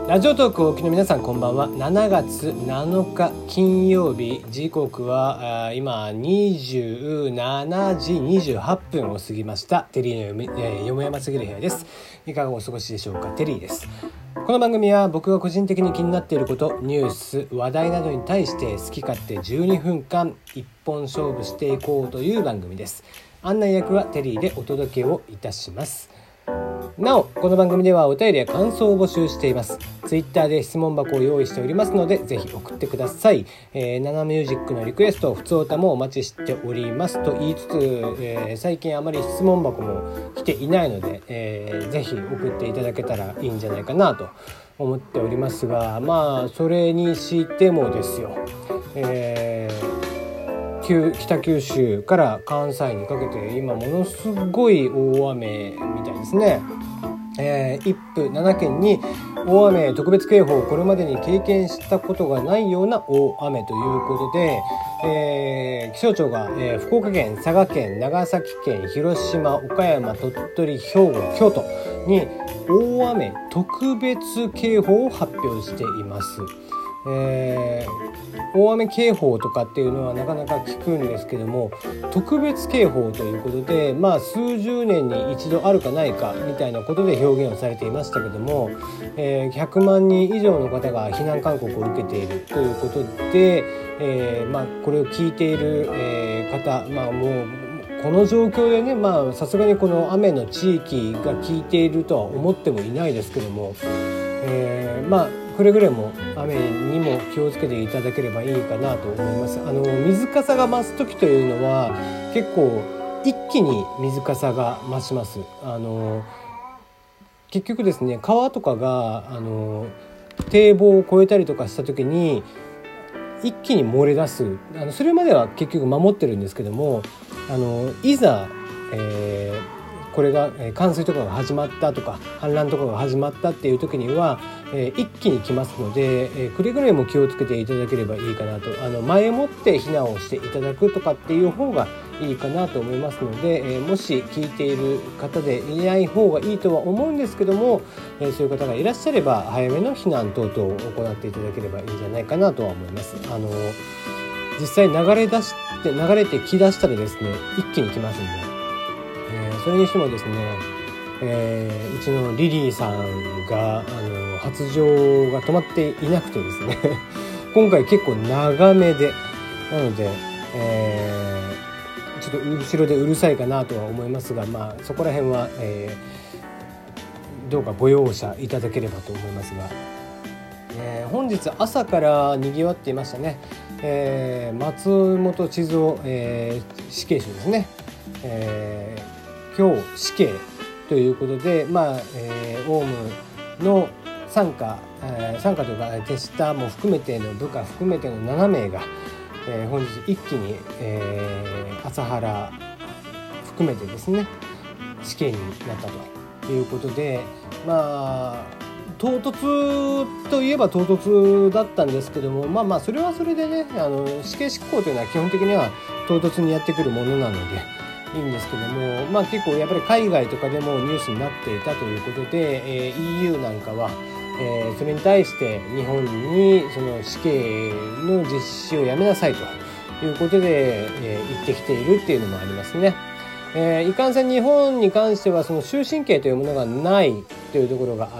ラジオトークをお聞きの皆さん、こんばんは。7月7日金曜日、時刻は今27時28分を過ぎました。テリーのよもやますぎる部屋です。いかがお過ごしでしょうか。テリーです。この番組は僕が個人的に気になっていること、ニュース、話題などに対して好き勝手12分間一本勝負していこうという番組です。案内役はテリーでお届けをいたします。なお、この番組ではお便りや感想を募集しています。ツイッターで質問箱を用意しておりますので、ぜひ送ってください。ナナミュージックのリクエスト、ふつおたもお待ちしておりますと言いつつ、最近あまり質問箱も来ていないので、ぜひ送っていただけたらいいんじゃないかなと思っておりますが、それにしてもですよ、北九州から関西にかけて今ものすごい大雨みたいですね。1府7県に大雨特別警報をこれまでに経験したことがないような大雨ということで、気象庁が、福岡県、佐賀県、長崎県、広島、岡山、鳥取、兵庫、京都に大雨特別警報を発表しています。大雨警報とかっていうのはなかなか聞くんですけども、特別警報ということで、数十年に一度あるかないかみたいなことで表現をされていましたけども、100万人以上の方が避難勧告を受けているということで、これを聞いている、方、もうこの状況でね、さすがにこの雨の地域が効いているとは思ってもいないですけども、くれぐれも雨にも気をつけていただければいいかなと思います。水かさが増す時というのは結構一気に水かさが増します。結局ですね、川とかが堤防を越えたりとかした時に一気に漏れ出す。それまでは結局守ってるんですけども、いざ、これが冠水とかが始まったとか氾濫とかが始まったっていう時には、一気に来ますので、くれぐれも気をつけていただければいいかなと。前もって避難をしていただくとかっていう方がいいかなと思いますので、もし聞いている方でいない方がいいとは思うんですけども、そういう方がいらっしゃれば早めの避難等々を行っていただければいいんじゃないかなとは思います。実際流れてきだしたらですね、一気に来ますんで、それにしてもですね、うちのリリーさんが発情が止まっていなくてですね今回結構長めで、なので、ちょっと後ろでうるさいかなとは思いますが、そこら辺は、どうかご容赦いただければと思いますが、本日朝から賑わっていましたね。松本千蔵、死刑囚ですね。今日死刑ということで、オウムの傘下というか手下も含めての部下含めての7名が、本日一気に、朝原含めてですね死刑になったということで、唐突といえば唐突だったんですけども、それはそれでね、死刑執行というのは基本的には唐突にやってくるものなのでいいんですけども、結構やっぱり海外とかでもニュースになっていたということで、EU なんかは、それに対して日本にその死刑の実施をやめなさいということで、言ってきているっていうのもありますね。いかんせん日本に関してはその終身刑というものがないというところがあって、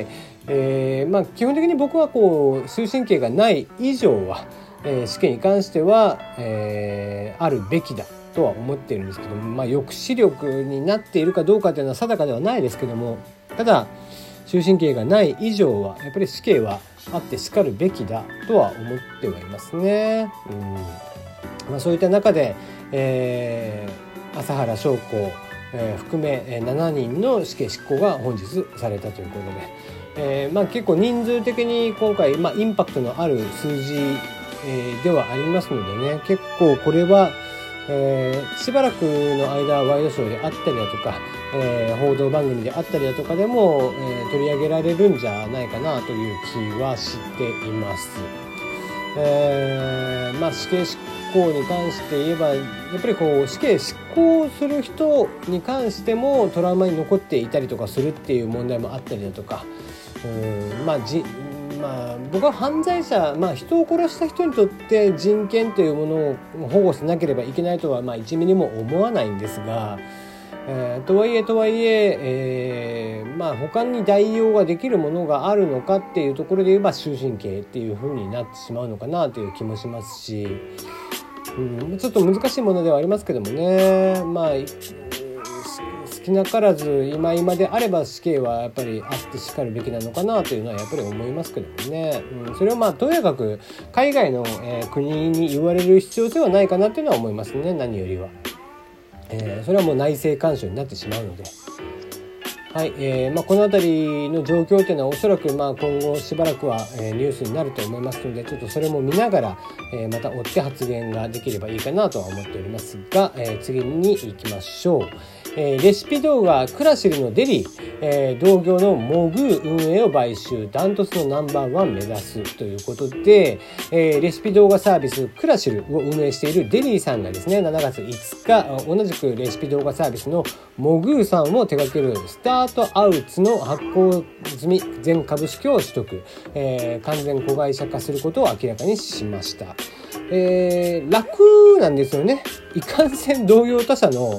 基本的に僕は終身刑がない以上は、死刑に関しては、あるべきだとは思っているんですけども、抑止力になっているかどうかというのは定かではないですけども、ただ終身刑がない以上はやっぱり死刑はあってしかるべきだとは思ってはいますね。そういった中で、朝原将校、含め7人の死刑執行が本日されたということで、結構人数的に今回、インパクトのある数字、ではありますのでね、結構これはしばらくの間ワイドショーであったりだとか、報道番組であったりだとかでも、取り上げられるんじゃないかなという気はしています。死刑執行に関して言えばやっぱり死刑執行する人に関してもトラウマに残っていたりとかするっていう問題もあったりだとか、 僕は犯罪者、人を殺した人にとって人権というものを保護しなければいけないとは1ミリも思わないんですが、とはいえ、他に代用ができるものがあるのかっていうところで言えば終身刑っていう風になってしまうのかなという気もしますし、ちょっと難しいものではありますけどもね、少なからず今であれば死刑はやっぱりあってしかるべきなのかなというのはやっぱり思いますけどもね、それをとにかく海外の、国に言われる必要性はないかなというのは思いますね。何よりは、それはもう内政干渉になってしまうので、はい、この辺りの状況というのはおそらく今後しばらくは、ニュースになると思いますので、ちょっとそれも見ながら、また追って発言ができればいいかなとは思っておりますが、次に行きましょう。レシピ動画クラシルのデリー、同業のモグー運営を買収、ダントツのナンバーワン目指すということで、レシピ動画サービスクラシルを運営しているデリーさんがですね、7月5日同じくレシピ動画サービスのモグーさんを手掛けるスタートアウツの発行済み全株式を取得、完全子会社化することを明らかにしました。楽なんですよね。いかんせん同業他社の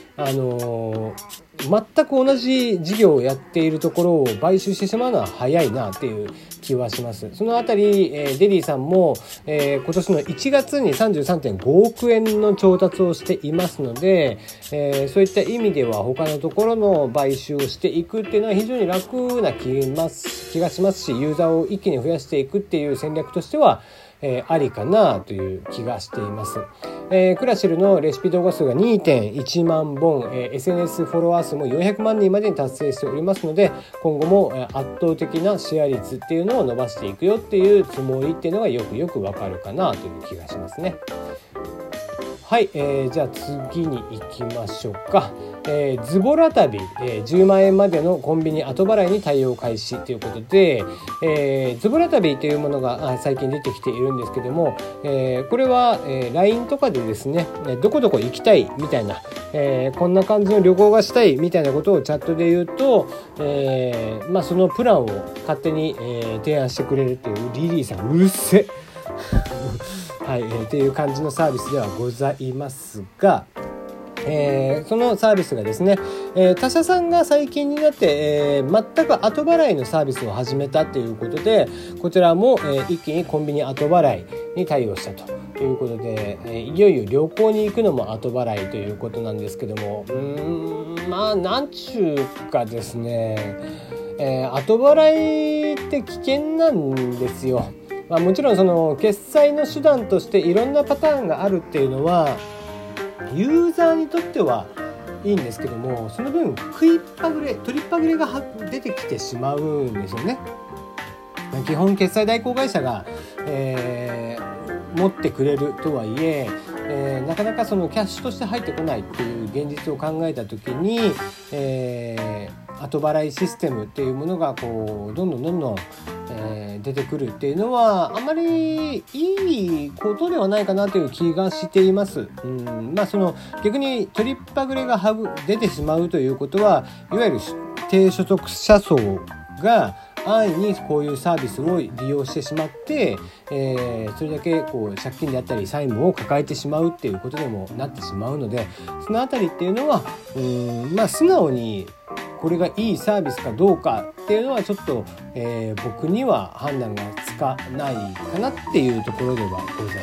全く同じ事業をやっているところを買収してしまうのは早いなっていう気はします。そのあたり、デリーさんも、今年の1月に 33.5 億円の調達をしていますので、そういった意味では他のところの買収をしていくっていうのは非常に楽な気がしますし、ユーザーを一気に増やしていくっていう戦略としてはありかなという気がしています。クラシルのレシピ動画数が 2.1 万本、SNS フォロワー数も400万人までに達成しておりますので、今後も圧倒的なシェア率っていうのを伸ばしていくよっていうつもりっていうのがよくわかるかなという気がしますね。はい、じゃあ次に行きましょうか。ズボラ旅、10万円までのコンビニ後払いに対応開始ということで、ズボラ旅というものが最近出てきているんですけども、これは、LINE とかでですね、どこどこ行きたいみたいな、こんな感じの旅行がしたいみたいなことをチャットで言うと、そのプランを勝手に、提案してくれるというリリーさんうるせえはい、っていう感じのサービスではございますが、そのサービスがですね、他社さんが最近になって、全く後払いのサービスを始めたということで、こちらも、一気にコンビニ後払いに対応したということで、いよいよ旅行に行くのも後払いということなんですけども、なんちゅうかですね、後払いって危険なんですよ。もちろんその決済の手段としていろんなパターンがあるっていうのはユーザーにとってはいいんですけども、その分取りっぱぐれが出てきてしまうんですよね。基本決済代行会社が、持ってくれるとはいえなかなかそのキャッシュとして入ってこないっていう現実を考えた時に、後払いシステムっていうものがこうどんどん、出てくるっていうのはあまりいいことではないかなという気がしています。その逆に取りっぱぐれが出てしまうということはいわゆる低所得者層が安易にこういうサービスを利用してしまって、それだけこう借金であったり債務を抱えてしまうっていうことでもなってしまうので、そのあたりっていうのは素直にこれがいいサービスかどうかっていうのはちょっと、僕には判断がつかないかなっていうところではございます。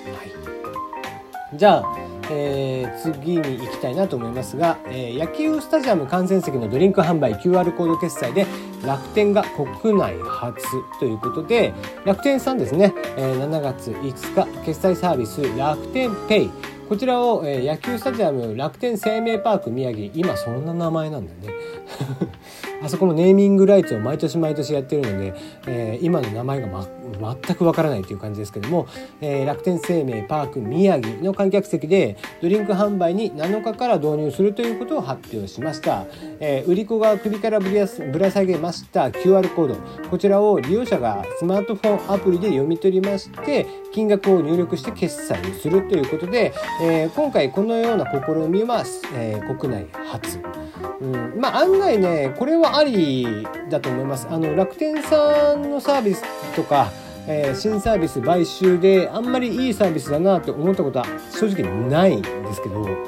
じゃあ次に行きたいなと思いますが、野球スタジアム観戦席のドリンク販売 QR コード決済で楽天が国内初ということで、楽天さんですね、7月5日決済サービス楽天ペイ、こちらを、野球スタジアム楽天生命パーク宮城、今そんな名前なんだよねあそこのネーミングライツを毎年やってるので、今の名前が、全くわからないという感じですけども、楽天生命パーク宮城の観客席でドリンク販売に7日から導入するということを発表しました。売り子が首からぶら下げました QR コード、こちらを利用者がスマートフォンアプリで読み取りまして金額を入力して決済するということで、今回このような試みは、国内初案外ねこれはありだと思います。楽天さんのサービスとか、新サービス買収であんまりいいサービスだなと思ったことは正直ないんですけど、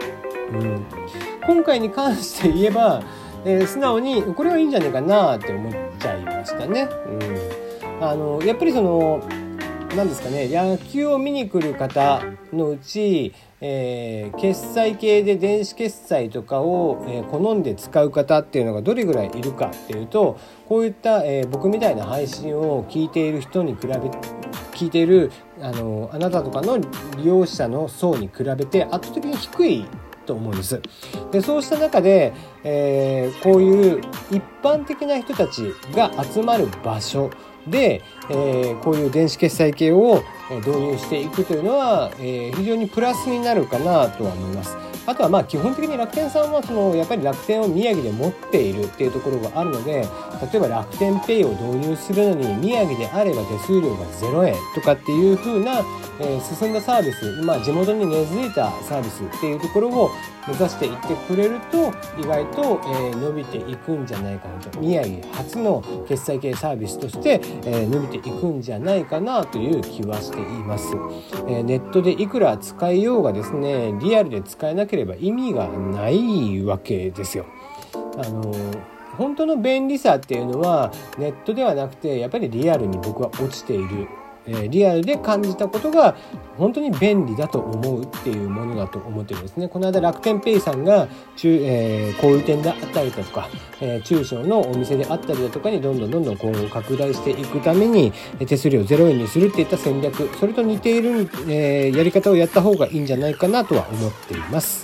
今回に関して言えば、素直にこれはいいんじゃないかなって思っちゃいましたね。やっぱり何ですかね、野球を見に来る方のうち、決済系で電子決済とかを、好んで使う方っていうのがどれぐらいいるかっていうと、こういった、僕みたいな配信を聞いている人に聞いているあなたとかの利用者の層に比べて圧倒的に低いと思うんです。でそうした中で、こういう一般的な人たちが集まる場所で、こういう電子決済系を導入していくというのは、非常にプラスになるかなとは思います。あとは基本的に楽天さんはやっぱり楽天を宮城で持っているっていうところがあるので、例えば楽天ペイを導入するのに宮城であれば手数料が0円とかっていう風な、進んだサービス、地元に根付いたサービスっていうところを目指していってくれると意外と、伸びていくんじゃないかなと、宮城初の決済系サービスとして、伸びていくんじゃないかなという気はしています。ネットでいくら使いようがですね、リアルで使えなければ意味がないわけですよ。本当の便利さっていうのはネットではなくて、やっぱりリアルに僕は落ちている、リアルで感じたことが本当に便利だと思うっていうものだと思ってるんですね。この間楽天ペイさんが小売店であったりだとか、中小のお店であったりだとかにどんどん今後拡大していくために手数料0円にするっていった戦略、それと似ている、やり方をやった方がいいんじゃないかなとは思っています。